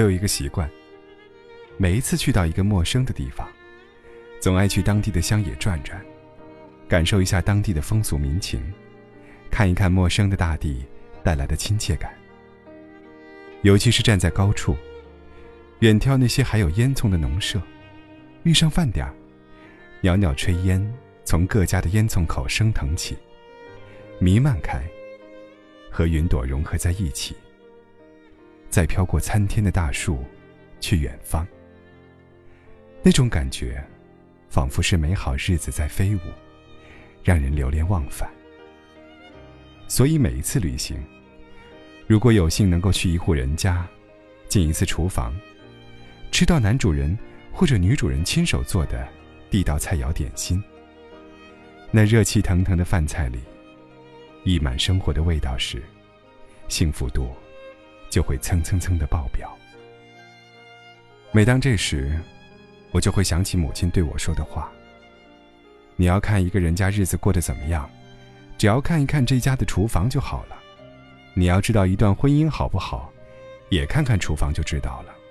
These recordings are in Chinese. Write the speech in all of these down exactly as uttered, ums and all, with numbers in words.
有一个习惯，每一次去到一个陌生的地方，总爱去当地的乡野转转，感受一下当地的风俗民情，看一看陌生的大地带来的亲切感。尤其是站在高处，远眺那些还有烟囱的农舍，遇上饭点儿，袅袅炊烟从各家的烟囱口升腾起，弥漫开，和云朵融合在一起，再飘过参天的大树去远方。那种感觉仿佛是美好日子在飞舞，让人流连忘返。所以每一次旅行，如果有幸能够去一户人家，进一次厨房，吃到男主人或者女主人亲手做的地道菜肴点心，那热气腾腾的饭菜里溢满生活的味道时，幸福度就会蹭蹭蹭的爆表。每当这时，我就会想起母亲对我说的话：你要看一个人家日子过得怎么样，只要看一看这家的厨房就好了。你要知道一段婚姻好不好，也看看厨房就知道了。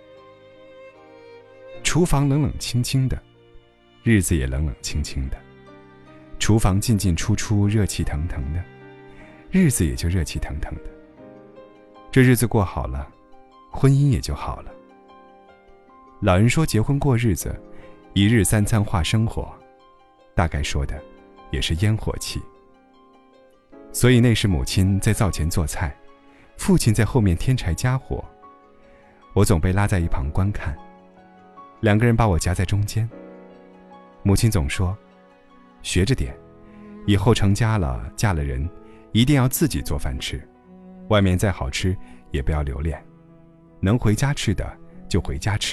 厨房冷冷清清的，日子也冷冷清清的。厨房进进出出，热气腾腾的，日子也就热气腾腾的。这日子过好了，婚姻也就好了。老人说结婚过日子，一日三餐化生活，大概说的也是烟火气。所以那时母亲在灶前做菜，父亲在后面添柴加火，我总被拉在一旁观看，两个人把我夹在中间。母亲总说，学着点，以后成家了嫁了人，一定要自己做饭吃，外面再好吃也不要留恋，能回家吃的就回家吃。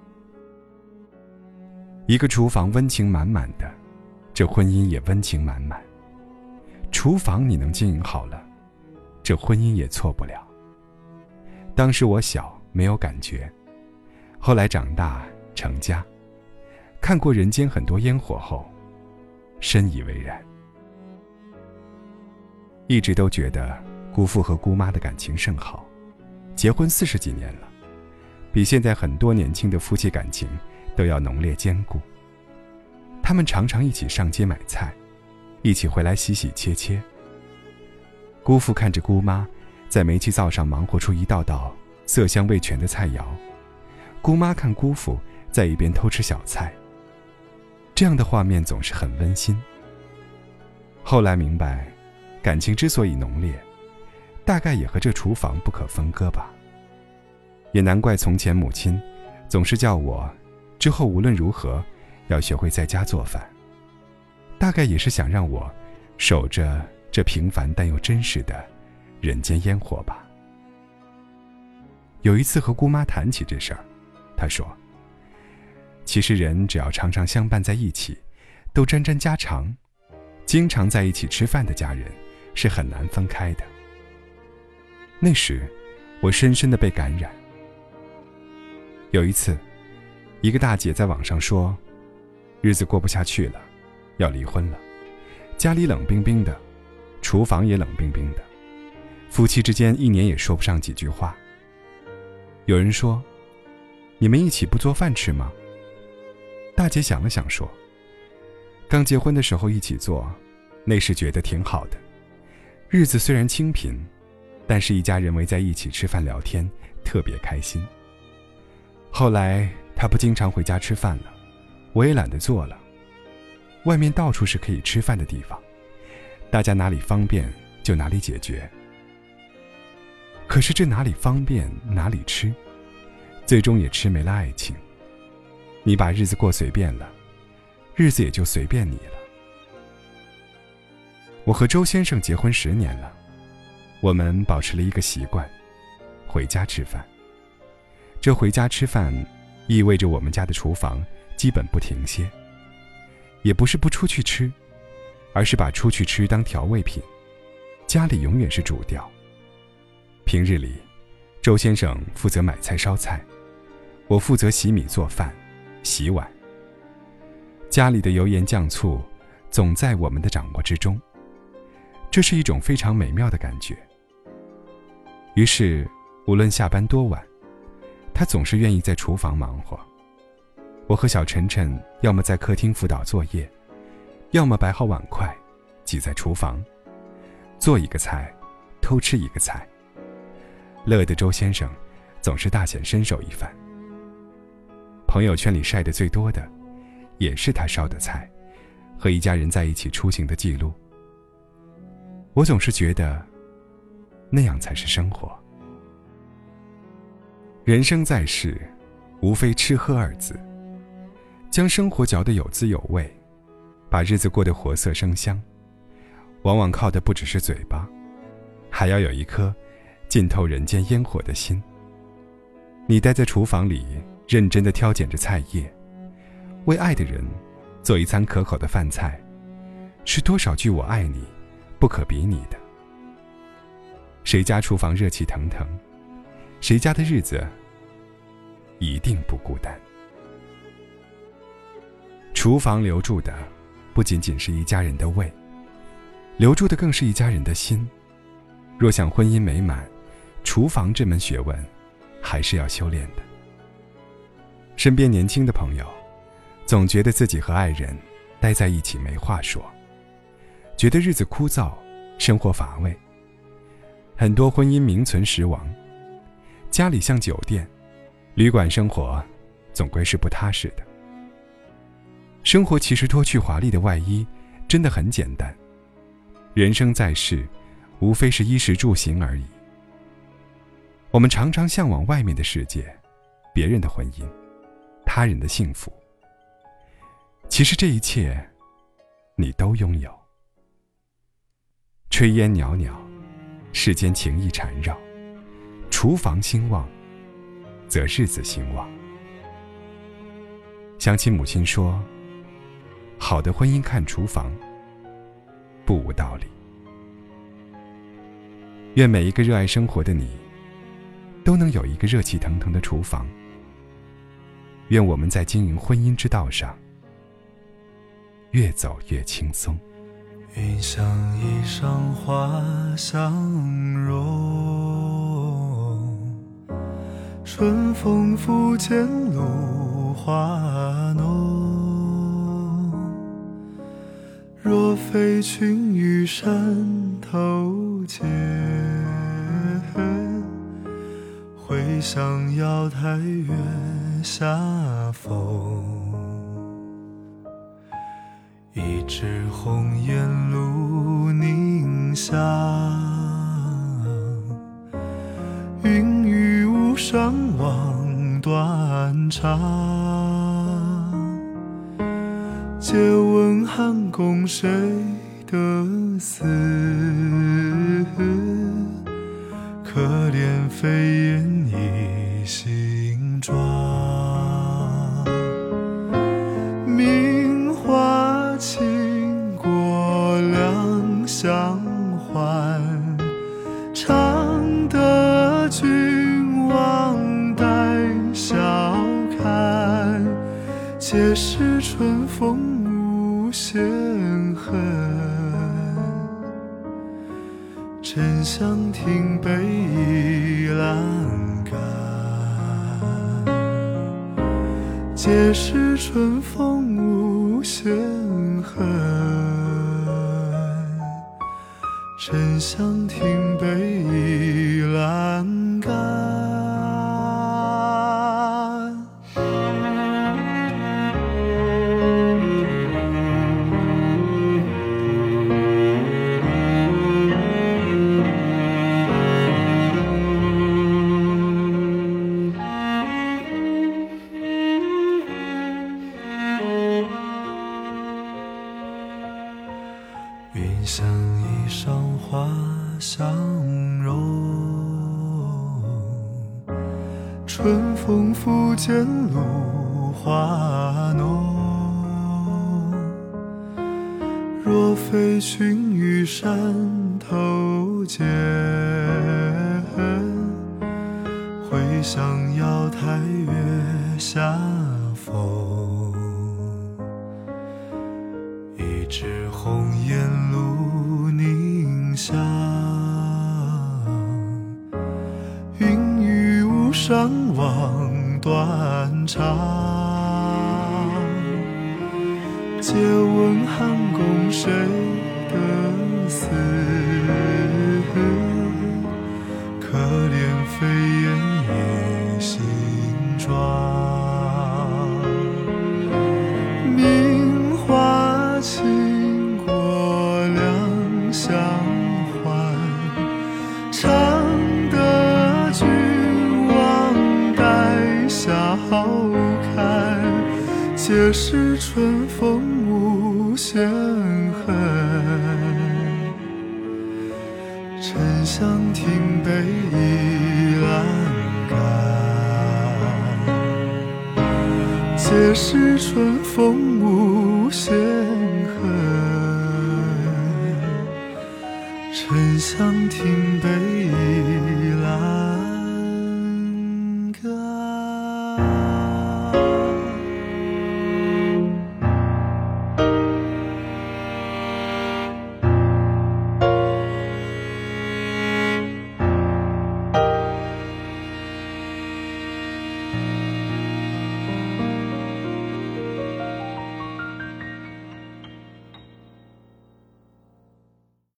一个厨房温情满满的，这婚姻也温情满满。厨房你能经营好了，这婚姻也错不了。当时我小，没有感觉，后来长大成家，看过人间很多烟火后，深以为然。一直都觉得姑父和姑妈的感情甚好，结婚四十几年了，比现在很多年轻的夫妻感情都要浓烈坚固。他们常常一起上街买菜，一起回来洗洗切切。姑父看着姑妈在煤气灶上忙活出一道道色香味全的菜肴，姑妈看姑父在一边偷吃小菜，这样的画面总是很温馨。后来明白，感情之所以浓烈，大概也和这厨房不可分割吧。也难怪从前母亲总是叫我之后无论如何要学会在家做饭，大概也是想让我守着这平凡但又真实的人间烟火吧。有一次和姑妈谈起这事儿，她说，其实人只要常常相伴在一起，都沾沾家常，经常在一起吃饭的家人是很难分开的。那时我深深地被感染。有一次，一个大姐在网上说，日子过不下去了，要离婚了，家里冷冰冰的，厨房也冷冰冰的，夫妻之间一年也说不上几句话。有人说，你们一起不做饭吃吗？大姐想了想说，刚结婚的时候一起做，那时觉得挺好的，日子虽然清贫，但是一家人围在一起吃饭聊天，特别开心。后来她不经常回家吃饭了，我也懒得做了，外面到处是可以吃饭的地方，大家哪里方便就哪里解决。可是这哪里方便哪里吃，最终也吃没了爱情。你把日子过随便了，日子也就随便你了。我和周先生结婚十年了，我们保持了一个习惯，回家吃饭。这回家吃饭意味着我们家的厨房基本不停歇，也不是不出去吃，而是把出去吃当调味品，家里永远是主调。平日里，周先生负责买菜烧菜，我负责洗米做饭洗碗，家里的油盐酱醋总在我们的掌握之中，这是一种非常美妙的感觉。于是无论下班多晚， 他总是愿意在厨房忙活。我和小晨晨要么在客厅辅导作业，要么摆好碗筷挤在厨房，做一个菜偷吃一个菜。乐得周先生总是大显身手一番。朋友圈里晒得最多的也是他烧的菜和一家人在一起出行的记录。我总是觉得那样才是生活。人生在世，无非吃喝二字，将生活嚼得有滋有味，把日子过得活色生香，往往靠的不只是嘴巴，还要有一颗浸透人间烟火的心。你待在厨房里认真地挑拣着菜叶，为爱的人做一餐可口的饭菜，是多少句我爱你不可比拟的。谁家厨房热气腾腾，谁家的日子一定不孤单。厨房留住的不仅仅是一家人的胃，留住的更是一家人的心。若想婚姻美满，厨房这门学问还是要修炼的。身边年轻的朋友总觉得自己和爱人待在一起没话说，觉得日子枯燥，生活乏味。很多婚姻名存实亡，家里像酒店，旅馆生活总归是不踏实的。生活其实脱去华丽的外衣真的很简单，人生在世无非是衣食住行而已。我们常常向往外面的世界，别人的婚姻，他人的幸福，其实这一切你都拥有。炊烟袅袅，世间情意缠绕，厨房兴旺，则日子兴旺。想起母亲说，好的婚姻看厨房，不无道理。愿每一个热爱生活的你，都能有一个热气腾腾的厨房。愿我们在经营婚姻之道上，越走越轻松。 云想衣裳花相融，春风拂槛露华浓。若非群玉山头见，会向瑶台月下逢。一枝红艳露凝香，云雨无双望断肠。借问汉宫谁得似？可怜飞燕倚新妆。名花倾国两相还，常得君王带笑看。皆是春风无限恨，沉香亭北倚栏杆。皆是春风无限恨，沉香亭北倚栏杆。云想衣裳花相融，春风拂槛露华浓。若非群玉山头见，会向瑶台月下逢。一枝红艳露凝香，云雨无上望断肠。借问汉宫谁得似？可怜飞燕夜行状。名花倾国两相还，常得君王带笑看。皆是春风无限恨，沉香亭北倚栏杆。皆是春风无限恨，沉香亭北倚栏